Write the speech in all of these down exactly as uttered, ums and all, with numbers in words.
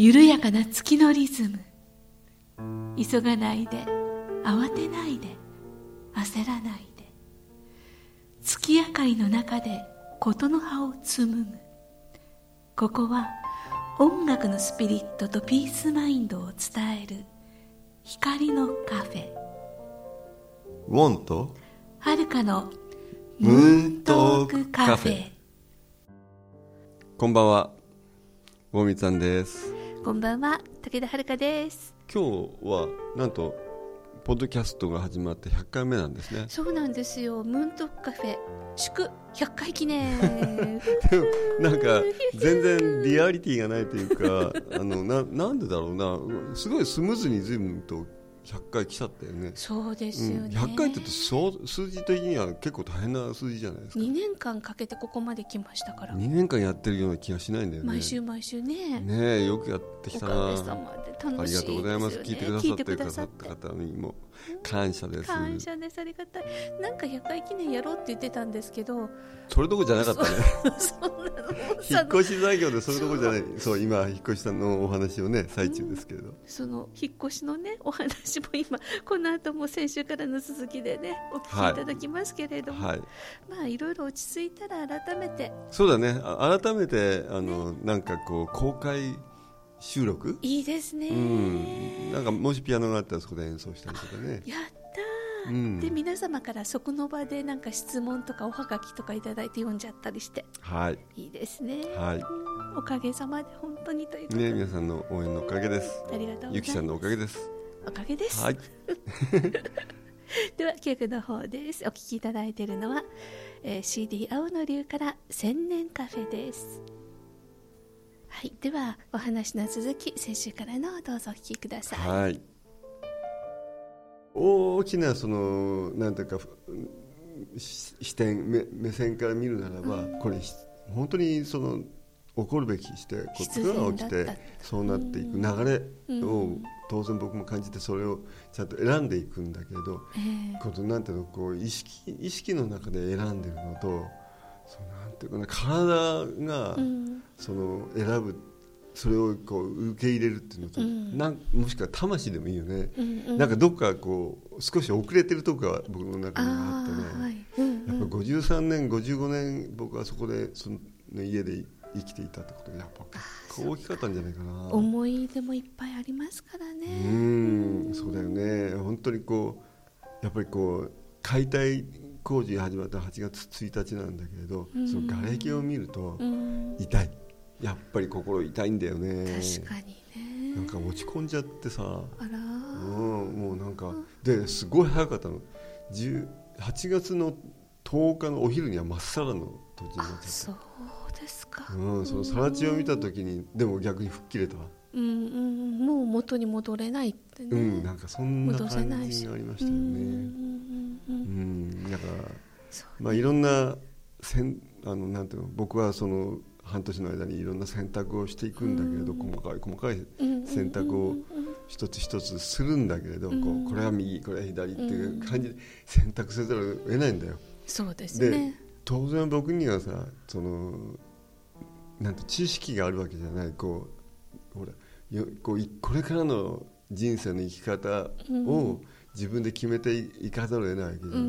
緩やかな月のリズム。急がないで、慌てないで、焦らないで、月明かりの中でことの葉を紡ぐ。ここは音楽のスピリットとピースマインドを伝える光のカフェ。 ウォンとはるかのムーントークカフェ。こんばんは、ウォミさんです。 こんばんは、武田遥です。 今日はなんとポッドキャストが始まってひゃっかいめなんですね。 そうなんですよ。ムーントークカフェ祝ひゃっかい記念でもなんか全然リアリティがないというかあの な, なんでだろうな、すごいスムーズに随分とひゃっかい来ちゃったよね。 そうですよね、うん、 ひゃっかいって言うと数字的には結構大変な数字じゃないですか。 にねんかんかけてここまで来ましたから。 にねんかんやってるような気がしないんだよね。 毎週毎週ね。 ねえ、よくやってきたな。 おかげさまで楽しいですよね。 ありがとうございます。聞いてくださってくださった方にも感謝です。 感謝です。ありがたい。なんかひゃっかい記念やろうって言ってたんですけど、 それどころじゃなかったね。 そそんなの引っ越し作業でそれどころじゃない。そう、そう今引っ越しのお話をね最中ですけれど、うん、 その引っ越しのねお話も今この後も先週からの続きでねお聞きいただきますけれども、はい、まあいろいろ落ち着いたら改めて。 そうだね、改めてあの、ね、なんかこう公開収録いいですね、 うん、なんかもしピアノがあったらそこで演奏したりとかね。 やったー、うん、で皆様からそこの場でなんか質問とかおはがきとかいただいて読んじゃったりして、 はい、 いいですね、 はい、 おかげさまで本当にということで、 ね、皆さんの応援のおかげです。 ありがとうございます。 ゆきさんのおかげです。 おかげです、はい、では曲の方です。お聴きいただいているのは、えー、シーディー 青の竜から千年カフェです。はい、ではお話の続き、先週からのどうぞお聞きください。 はい、大きなそのなんていうか視点 目, 目線から見るならば、うん、これ本当にその起こるべきしてことが起きてそうなっていく流れを当然僕も感じて、それをちゃんと選んでいくんだけど、えー、このなんていうのこう意識意識の中で選んでるのと、そうなんていうかな、体がその選ぶ、それをこう受け入れるっていうのと、うん、なんもしくは魂でもいいよね、うんうん、なんかどっかこう少し遅れてるとこが僕の中にあってね、はいうんうん、やっぱごじゅうさんねんごじゅうごねん僕はそこでその家で生きていたってことがやっぱ結構大きかったんじゃないかな。 思い出もいっぱいありますからね。 うん、そうだよね。本当にこうやっぱりこう解体工事が始まったはちがつついたちなんだけれど、うん、その瓦礫を見ると痛い、やっぱり心痛いんだよね。 確かにね。 なんか落ち込んじゃってさ、 あら、うん、 もうなんかですごい早かったの。はちがつのとおかのお昼にはまっさらの土地になっちゃった。 そうですか、 うん、その更地を見た時にでも逆に吹っ切れたわ、 うんうん、もう元に戻れないってね、 うん、なんかそんな感じがありましたよね。うん、うん、だから、ね、まあ、いろんなせんあのなんていうの、僕はその半年の間にいろんな選択をしていくんだけれど、細かい細かい選択を一つ一つするんだけれど、こうこれは右これは左っていう感じで選択せざるを得ないんだよ。 そうですね。 で当然僕にはさ、そのなんて知識があるわけじゃない。こうほらよこうこれからの人生の生き方を自分で決めていかざるを得ないわけじゃない、うん、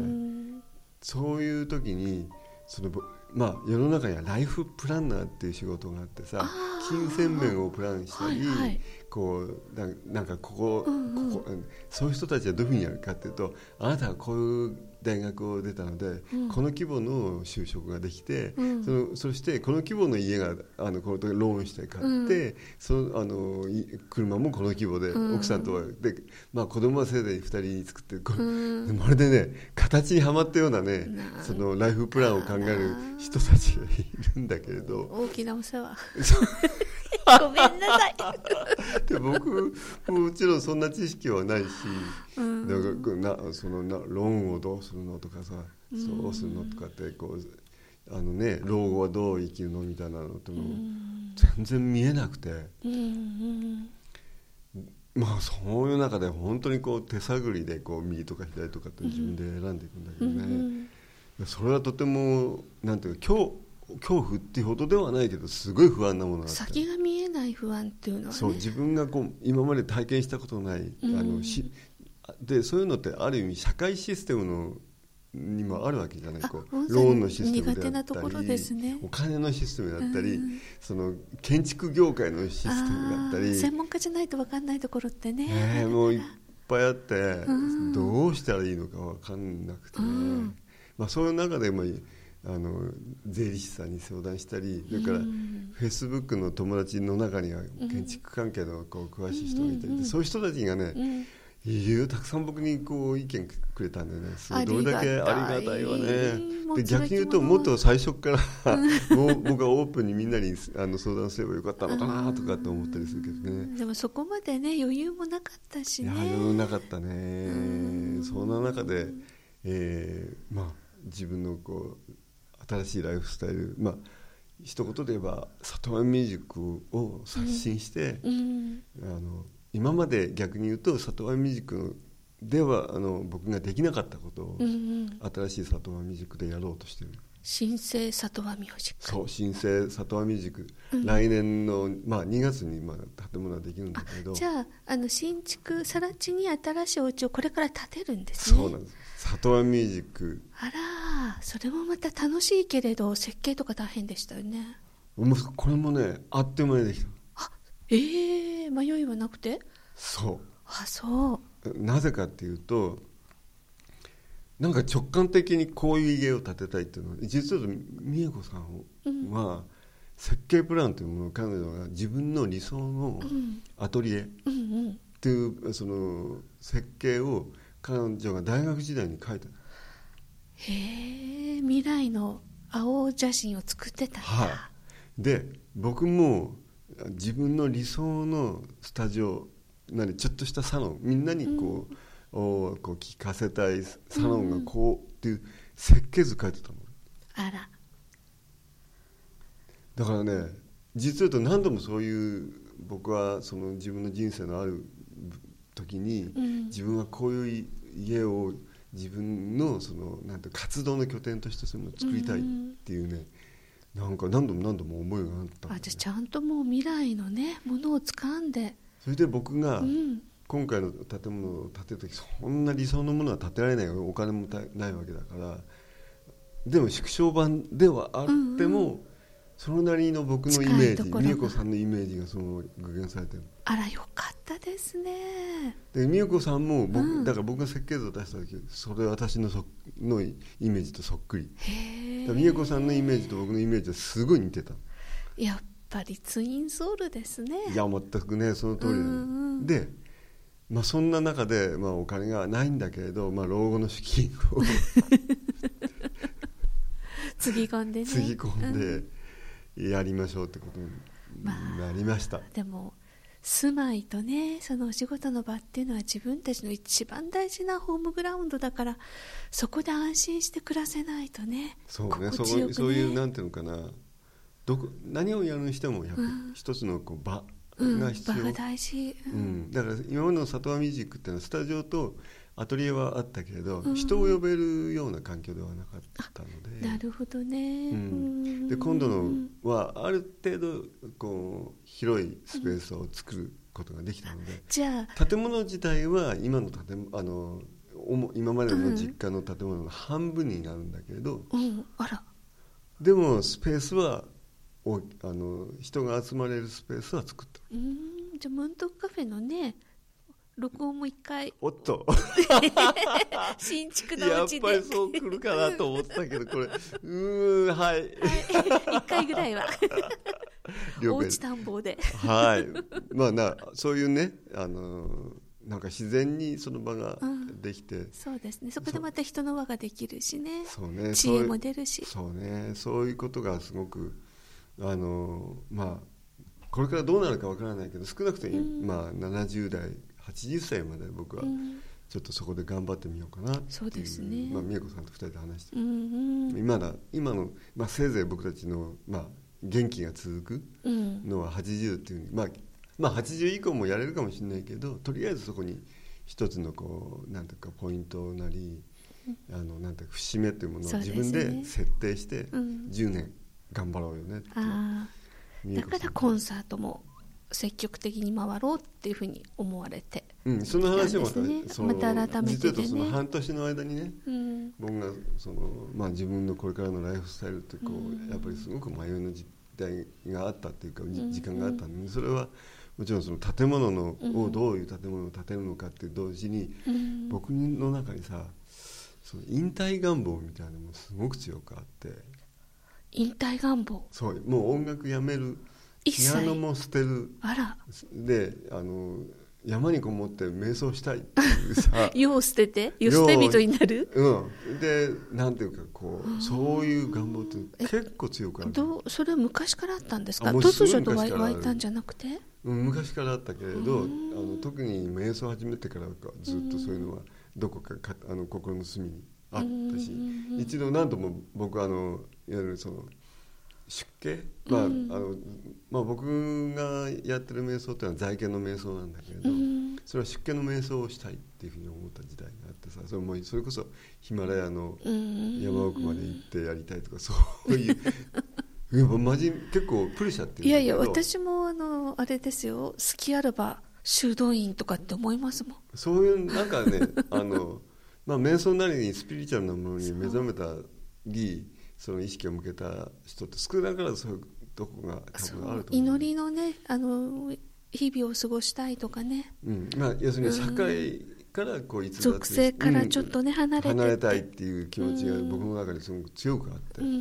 そういう時にその、まあ、世の中にはライフプランナーっていう仕事があってさ、金銭面をプランしたり、はいはい、こう な, なんかここ、うんうん、ここそういう人たちはどういうふうにやるかっていうと、あなたはこういう大学を出たので、うん、この規模の就職ができて、うん、そ, のそしてこの規模の家があのこのローンして買って、うん、そのあの車もこの規模で、うん、奥さんとはで、まあ、子供はせいぜいふたり作ってこ、うん、まるでね形にはまったようなね、そのライフプランを考える人たちがいるんだけれど、 大きなお世話ごめんなさいで僕もちろんそんな知識はないし、うん、だからなそのなローンをどうするのとかさ、うん、そうするのとかってこうあの、ね、老後はどう生きるのみたいなのっても全然見えなくて、うん、まあそういう中で本当にこう手探りでこう右とか左とかって自分で選んでいくんだけどね、うん、それはとてもなんていうか今日恐怖っていうほどではないけどすごい不安なものがあった。 先が見えない不安っていうのはね、 そう自分がこう今まで体験したことのない、うん、あのしでそういうのってある意味社会システムのにもあるわけじゃない。こうローンのシステムであったり、苦手なところですね、お金のシステムだったり、うん、その建築業界のシステムだったり、 専門家じゃないと分かんないところってね、 えー、もういっぱいあって、うん、どうしたらいいのか分かんなくてね、うんまあ、そういう中でもあの税理士さんに相談したり、だからフェイスブックの友達の中には建築関係のこう詳しい人がいたり、うん、そういう人たちがね、うんいやたくさん僕にこう意見くれたんでね、すごいどれだけありがたいわね。で逆に言うともっと最初からもう僕はオープンにみんなにあの相談すればよかったのかなとかって思ったりするけどね。 でもそこまでね余裕もなかったしね。 いや余裕なかったね。そんな中で、えー、まあ自分のこう新しいライフスタイル、まあ一言で言えば里山ミュージックを刷新して、うんうん、あの今まで逆に言うと里山ミュージックではあの僕ができなかったことを、うんうん、新しい里山ミュージックでやろうとしている。 新生里山ミュージック。 そう新生里山ミュージック、うん、来年の、まあ、にがつにまあ建物はできるんだけど、 じゃあ、あの新築更地に新しいお家をこれから建てるんですね。 そうなんです。里山ミュージック。 あらそれもまた楽しいけれど設計とか大変でしたよね。 もうこれもねあっという間にできた。 あえー、迷いはなくて。 そうあそうなぜかっていうとなんか直感的にこういう家を建てたいっていうのは実は美恵子さんは設計プランというものを彼女が自分の理想のアトリエっていうその設計を彼女が大学時代に書いた。 へえ未来の青写真を作ってたんだ、 はい、で僕も自分の理想のスタジオなにちょっとしたサロンみんなにこう、うん、こう聞かせたいサロンがこうっていう設計図書いてたの。 あらだからね実は言うと何度もそういう僕はその自分の人生のある時に、うん、自分はこういう家を自分のそのなんて活動の拠点としてそういうのを作りたいっていうね、うん、なんか何度も何度も思いがあったんで、 あじゃあちゃんともう未来のねものを掴んで、 それで僕が今回の建物を建てる時そんな理想のものは建てられないお金もないわけだからでも縮小版ではあっても、うんうん、そのなりの僕のイメージ美恵子さんのイメージがその具現されてる。 あらよかったですね。 で美恵子さんも僕、うん、だから僕が設計図を出した時それは私 の, そのイメージとそっくり。へ美恵子さんのイメージと僕のイメージはすごい似てた。 やっぱりツインソウルですね。 いや全くねその通りだね、うんうん、で、まあ、そんな中で、まあ、お金がないんだけれど、まあ、老後の資金をつぎ込んでねつぎ込んでやりましょうってことになりました、 まあ、でも住まいとねそのお仕事の場っていうのは自分たちの一番大事なホームグラウンドだからそこで安心して暮らせないとね。 そうね、そこそういうなんていうのかなどこ何をやるにしてもやっぱり一つのこう場が必要、 うん、場が大事、 うんうん、だから今までの里山ミュージックっていうのはスタジオとアトリエはあったけれど、うん、人を呼べるような環境ではなかったので。 なるほどね、 うん、で今度のはある程度こう広いスペースを作ることができたので、うん、 じゃあ建物自体は今の建物あの今までの実家の建物の半分になるんだけれど、 うん、あらでもスペースはおあの人が集まれるスペースは作った。 うーんじゃあムントカフェのね録音も一回おっと新築のうちでやっぱりそう来るかなと思ったけどこれうーんはい、はい、 一回ぐらいはおうち探訪ではいまあなそういうねあのなんか自然にその場ができて、うん、 そうですねそこでまた人の輪ができるしねそうね知恵も出るしそうねそういうことがすごくあのまあこれからどうなるかわからないけど少なくとも、うん、まあななじゅう代はちじゅっさいまで僕はちょっとそこで頑張ってみようかなっていう、 そうですね、 まあ、美恵子さんとふたりで話して、 うんうん、 今だ今の、まあ、せいぜい僕たちの、まあ、元気が続くのははちじゅうっていう、うんまあ、まあはちじゅう以降もやれるかもしれないけどとりあえずそこに一つのこうなんていうかポイントなり、うん、あのなんていうか節目というものを自分で設定して、うん、じゅうねん頑張ろうよねっていう。 あだからコンサートも積極的に回ろうっていうふうに思われて、 うん、その話もまた、 ね、 そのまた改めて、ね、 実はその半年の間にね、 うん、 僕がその、まあ、自分のこれからのライフスタイルってこう、うん、やっぱりすごく迷いの時代があったっていうか、うん、時間があったんで、それはもちろんその建物の、うん、をどういう建物を建てるのかって同時に、うん、僕の中にさその引退願望みたいなのもすごく強くあって。 引退願望。 そう、もう音楽やめる、ピアノも捨てる、 あらであの山にこもって瞑想したいっていうさ世を捨てて世捨て人になる、 うん、でなんていうかこうそういう願望って結構強くある。 どうそれは昔からあったんですか？突如と湧いたんじゃなくて、 うん、昔からあったけれど、あの特に瞑想を始めてからかずっとそういうのはどこか、かあの心の隅にあったし、一度何度も僕はあのいわゆるその出家、まああのまあ、僕がやってる瞑想っていうのは在家の瞑想なんだけれど、それは出家の瞑想をしたいっていうふうに思った時代があってさ、それもそれこそヒマラヤの山奥まで行ってやりたいとか、そういういやマジ結構プレッシャーっていう。 いやいや私もあのあれですよ、好きあらば修道院とかって思いますもん。 そういうなんかねあの、まあ、瞑想なりにスピリチュアルなものに目覚めたりその意識を向けた人って少なからずそういうとこが多分あると思う。 祈りのねあの日々を過ごしたいとかね、 うんまあ、要するに社会からこう逸脱属性からちょっとね、うん、離れて離れたいっていう気持ちが僕の中ですごく強くあって、うんうん、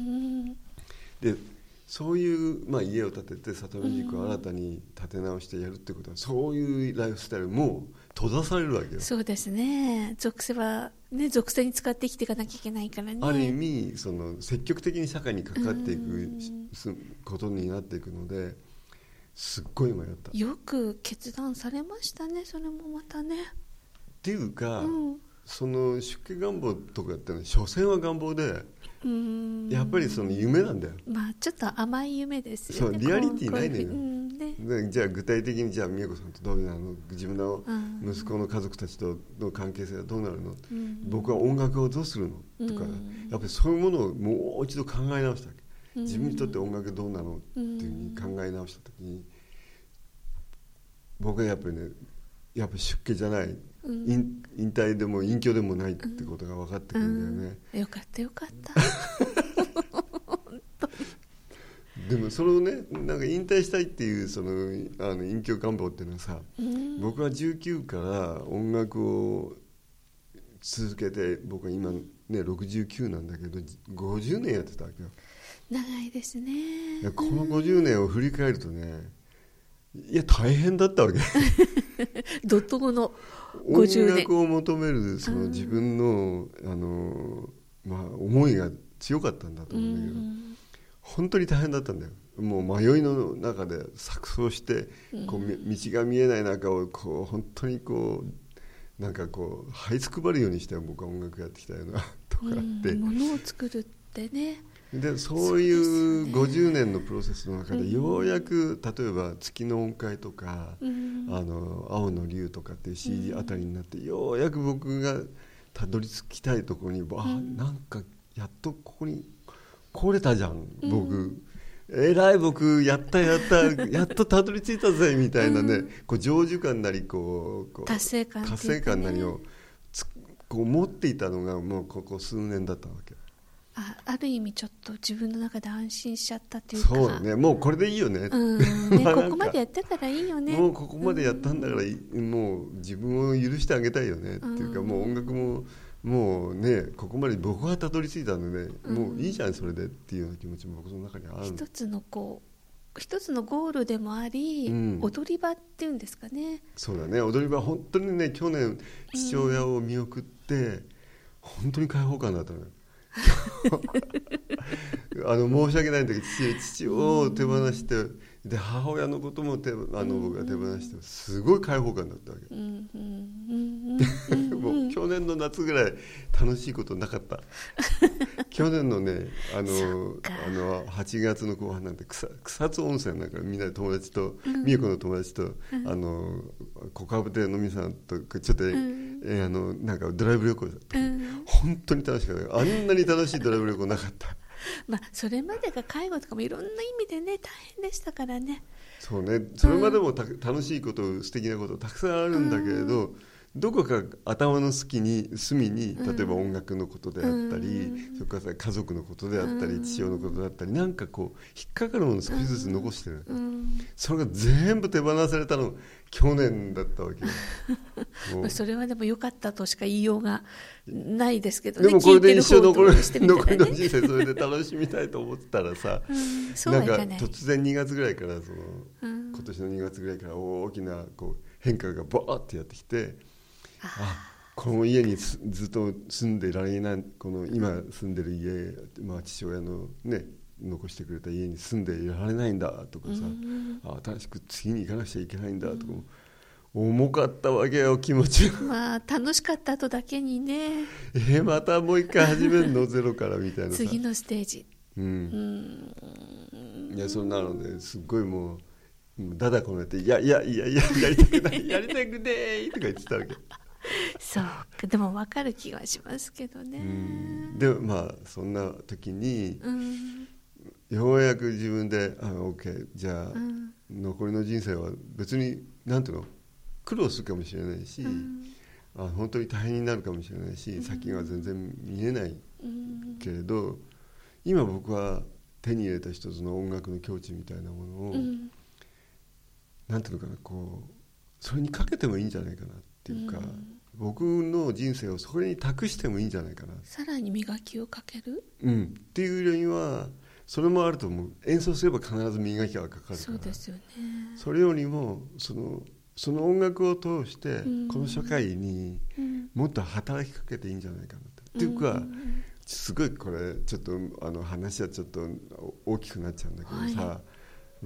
でそういう、まあ、家を建てて里見塾を新たに建て直してやるってことは、そういうライフスタイルも閉ざされるわけよ。 そうですね、属性は、ね、属性に使って生きていかなきゃいけないからね。 ある意味その積極的に社会に関わっていくことになっていくのですっごい迷った。 よく決断されましたね、それもまたね。 っていうか、うん、その出家願望とかってのは所詮は願望で、うーんやっぱりその夢なんだよ。 まあちょっと甘い夢ですよね。 そうリアリティないのよ、 うんね、 じゃあ具体的にじゃあ美恵子さんとどういうの自分の息子の家族たちとの関係性はどうなるの、うん、僕は音楽をどうするのとか、うん、やっぱりそういうものをもう一度考え直したわけ、うん、自分にとって音楽どうなのっていうふうに考え直した時に、僕はやっぱりねやっぱり出家じゃない、うん、引, 引退でも隠居でもないってことが分かってくるんだよね、 うん、よかったよかったでもそれをねなんか引退したいっていうそのあの隠居願望っていうのはさ、うん、僕はじゅうきゅうから音楽を続けて僕は今ねろくじゅうきゅうなんだけどごじゅうねんやってたわけよ。 長いですね。 このごじゅうねんを振り返るとね、いや大変だったわけ怒涛のごじゅうねん、 音楽を求めるその自分の、あの、まあ、思いが強かったんだと思うんだけど、本当に大変だったんだよ。もう迷いの中で錯綜してこう道が見えない中をこう本当にこうなんかこう這いつくばるようにして僕は音楽やってきたようなところがあって、 ものを作るってね。 でそういうごじゅうねんのプロセスの中でようやく例えば月の音階とか、うん、あの青の竜とかっていう シーディー あたりになって、ようやく僕がたどり着きたいところに、うん、あなんかやっとここに来れたじゃん僕、うん、えらい僕やったやったやっとたどり着いたぜみたいなね、うん、こう成就感なりこうこう達成感、ね、 達成感なりをこう持っていたのがもうここ数年だったわけ。 あ, ある意味ちょっと自分の中で安心しちゃったというか、 そうね、もうこれでいいよね、 うんねここまでやってたらいいよね、 もうここまでやったんだから、うん、もう自分を許してあげたいよねっていうか、うん、もう音楽ももうねここまで僕はたどり着いたので、うん、もういいじゃんそれでっていうような気持ちも僕の中にある。 一つのこう一つのゴールでもあり、うん、踊り場っていうんですかね。そうだね、 踊り場本当にね去年父親を見送って、うん、本当に開放感だったのよあの申し訳ないんだけど 父, 父を手放して、で母親のことも手あの僕が手放してすごい開放感だったわけ、うんうん、もう去年の夏ぐらい楽しいことなかった去年のねあのあのはちがつの後半なんて 草, 草津温泉なんかみんなで友達と、うん、美恵子の友達と、うん、あの小株亭のみさんとちょっと、うんえー、あのなんかドライブ旅行だった、うん、本当に楽しかった。あんなに楽しいドライブ旅行なかったまあそれまでが介護とかもいろんな意味でね大変でしたからね。 そうね、それまでもた、うん、楽しいこと素敵なことたくさんあるんだけれど、うん、どこか頭の隙に隅に例えば音楽のことであったり、うん、それから家族のことであったり、うん、父親のことであったり、なんかこう引っかかるものを少しずつ残してる、うん、それが全部手放されたの去年だったわけよそれはでも良かったとしか言いようがないですけどね。 でもこれで一生残り、ね、残りの人生それで楽しみたいと思ってたらさ、うん、そうはいかない。なんか突然にがつぐらいからその、うん、今年のにがつぐらいから大きなこう変化がバーってやってきて、あこの家にずっと住んでられない、この今住んでる家、まあ、父親のね残してくれた家に住んでいられないんだとかさ、うん、あ新しく次に行かなくちゃいけないんだとか、うん、重かったわけよ気持ちが。 まあ楽しかった後だけにねえまたもう一回始めるのゼロからみたいなさ次のステージ、 うんうん、いやそんなのですっごいもうだだこねていやいやいやいややりたくないやりたくねーとか言ってたわけそうでも分かる気がしますけどね。 うんでもまあそんな時に、うん、ようやく自分であ OK じゃあ、うん、残りの人生は別になんていうの苦労するかもしれないし、うん、あ本当に大変になるかもしれないし、うん、先が全然見えないけれど、うん、今僕は手に入れた一つの音楽の境地みたいなものを、うん、なんていうのかなこうそれにかけてもいいんじゃないかなっていうか、うん、僕の人生をそれに託してもいいんじゃないかな、 さらに磨きをかける、 うん、っていうよりはそれもあると思う。演奏すれば必ず磨きがかかるから、 そうですよね。 それよりもその、その音楽を通してこの社会にもっと働きかけていいんじゃないかなと、うん、っていうかすごいこれちょっとあの話はちょっと大きくなっちゃうんだけどさ、はい、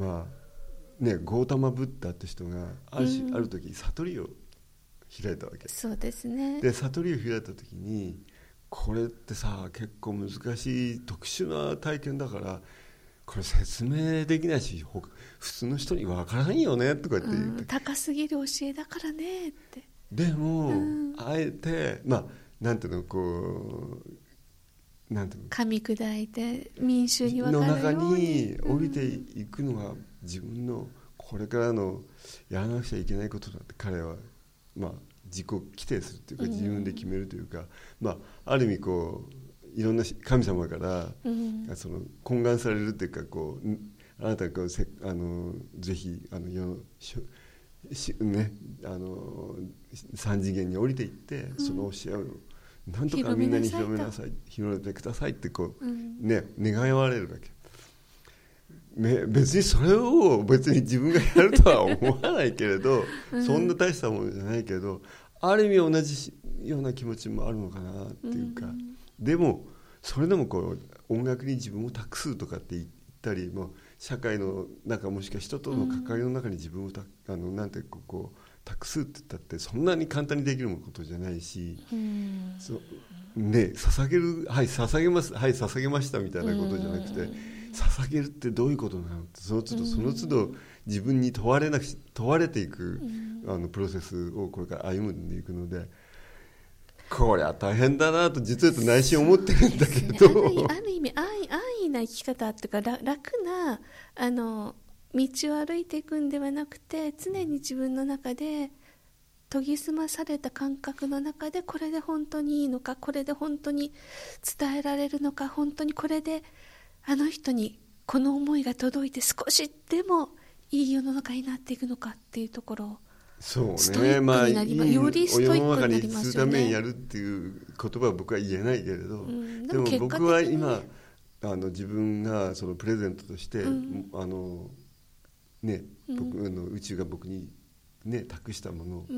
まあね、ゴータマ・ブッダって人があるし、うん、ある時悟りを開いたわけ。 そうですね。で悟りを開いた時にこれってさ結構難しい特殊な体験だからこれ説明できないし普通の人に分からんよねとかって言って、うん、 高すぎる教えだからねって。 でも、うん、あえてまあなんていうのこうなんていうの噛み砕いて民衆に分かるようにの中に降りていくのが自分のこれからのやらなくちゃいけないことだって彼はまあ自己規定するというか自分で決めるというか、うんまあ、ある意味こういろんな神様から、うん、その懇願されるというかこうあなたがこうせあのぜひあの世のし、ね、あの三次元に降りていって、うん、その教えをなんとかみんなに広めなさい広めてくださいってこう、うんね、願われるわけ。別にそれを別に自分がやるとは思わないけれど、うん、そんな大したものじゃないけどある意味同じような気持ちもあるのかなっていうか、うん、でもそれでもこう音楽に自分を託すとかって言ったりも社会の中もしくは人との関わりの中に自分をたあのなんてこうこう託すって言ったってそんなに簡単にできることじゃないし、うんそうね、捧げるはい捧げますはい捧げましたみたいなことじゃなくて、うん捧げるってどういうことなのってその都度その都度自分に問われなく問われていく、うん、あのプロセスをこれから歩んでいくのでこれは大変だなと実は言うと内心思ってるんだけど、 ね、ある意味安易な生き方っていうか楽なあの道を歩いていくんではなくて常に自分の中で研ぎ澄まされた感覚の中でこれで本当にいいのかこれで本当に伝えられるのか本当にこれであの人にこの思いが届いて少しでもいい世の中になっていくのかっていうところをそうね、 ストイックになります、まあ、よりストイックになりますよね。世の中にするためにやるっていう言葉は僕は言えないけれど、うん、でも僕は今あの自分がそのプレゼントとして、うん、あのね、僕の宇宙が僕に、ね、託したものを、うん、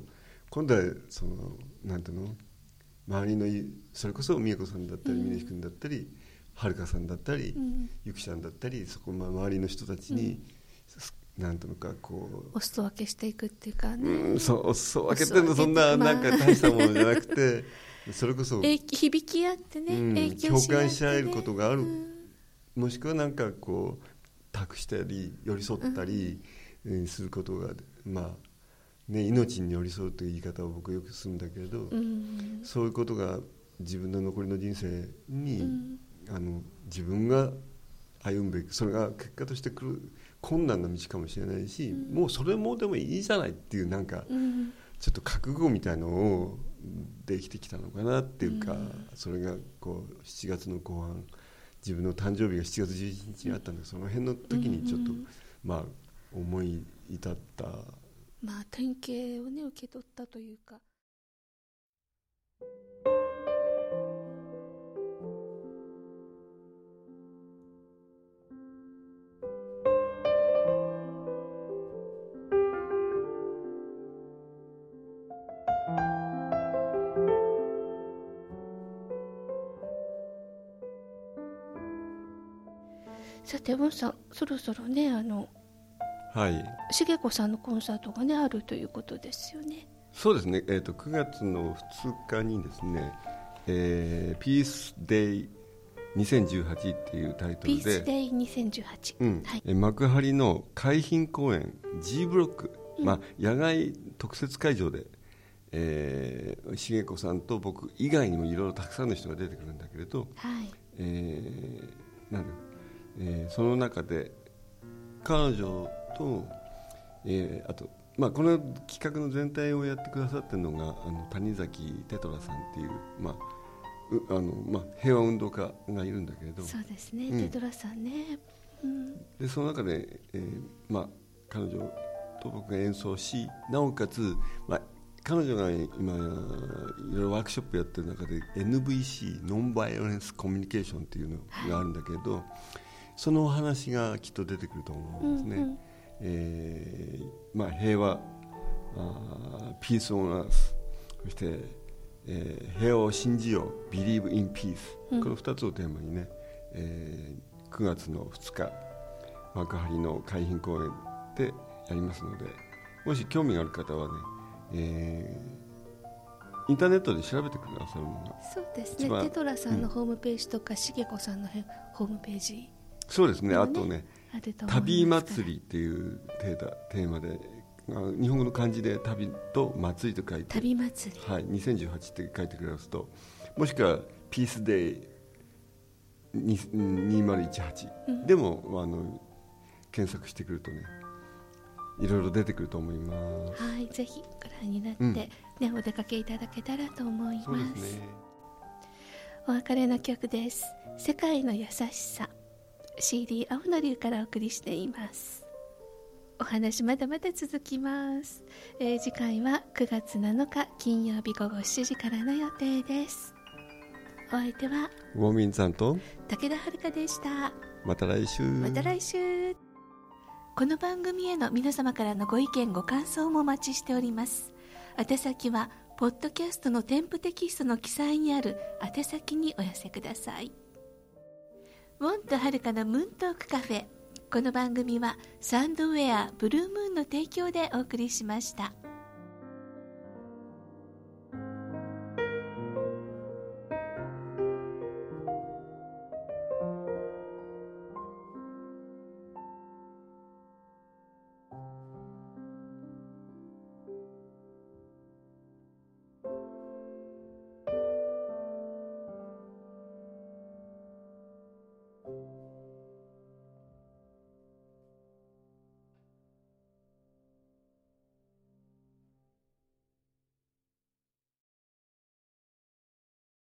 今度はそのなんていうの周りのそれこそ美恵子さんだったり峰君だったりはるかさんだったり、うん、ゆきちゃんだったりそこ周りの人たちに、うん、なんというかこうお裾分けしていくっていうかね、 うん、そうお裾分けっていうのはそんな、なんか大したものじゃなくてそれこそ響き合ってね、うん、影響し合って、ね、 共感し合えることがある、うん、もしくはなんかこう託したり寄り添ったり、うん、することがまあね、命に寄り添うという言い方を僕よくするんだけれど、うん、そういうことが自分の残りの人生に、うん、 あの自分が歩むべき、それが結果としてくる困難な道かもしれないし、うん、もうそれもでもいいじゃないっていうなんか、うん、ちょっと覚悟みたいのをできてきたのかなっていうか、うん、それがこうしちがつの後半、自分の誕生日がしちがつじゅういちにちにあったんで、その辺の時にちょっと、うん、まあ思い至った、 まあ典型をね受け取ったというか。さてウォンさん、そろそろねあの、 はい、 茂子さんのコンサートがねあるということですよね。 そうですね、えーと、くがつのふつかにですね、えー、ピースデイにせんじゅうはちっていうタイトルで、 ピースデイにせんじゅうはち、 うんはい、幕張の海浜公園 G ブロック、うんまあ、野外特設会場で、えー、茂子さんと僕以外にもいろいろたくさんの人が出てくるんだけれど、 はいえー、なんでえー、その中で彼女と、えー、あと、まあ、この企画の全体をやってくださってるのがあの谷崎テトラさんっていう、まあうあのまあ、平和運動家がいるんだけれど、 そうですね、うん、テトラさんね、 うん、でその中で、えーまあ、彼女と僕が演奏し、なおかつ、まあ、彼女が今いろいろワークショップやってる中で エヌブイシー ノンバイオレンスコミュニケーションっていうのがあるんだけれど、はい、そのお話がきっと出てくると思うんですね、うんうんえーまあ、平和あピースオンアース、そして、えー、平和を信じよう Believe in Peace、うん、このふたつをテーマにね、えー、くがつのふつか幕張の海浜公園でやりますので、もし興味がある方はね、えー、インターネットで調べてくださるのがそうですね、テトラさんのホームページとか、うん、茂子さんのホームページ、 そうですね、あとね旅祭りっていうテーマで、日本語の漢字で旅と祭りと書いて旅祭り、 はい、にせんじゅうはちって書いてくださると、もしくはピースデイにせんじゅうはち、うん、でもあの検索してくるとねいろいろ出てくると思います。 はい、ぜひご覧になって、うんね、お出かけいただけたらと思います。 そうですね。 お別れの曲です。世界の優しさ、 シーディー 青の竜からお送りしています。お話まだまだ続きます、えー、次回はくがつなのか金曜日ごごしちじからの予定です。お相手はウォーミンさんと武田遥でした。 また来週。 また来週。この番組への皆様からのご意見ご感想もお待ちしております。宛先はポッドキャストの添付テキストの記載にある宛先にお寄せください。ウォンとはるかのムーントークカフェ、この番組はサンドウェアブルームーンの提供でお送りしました。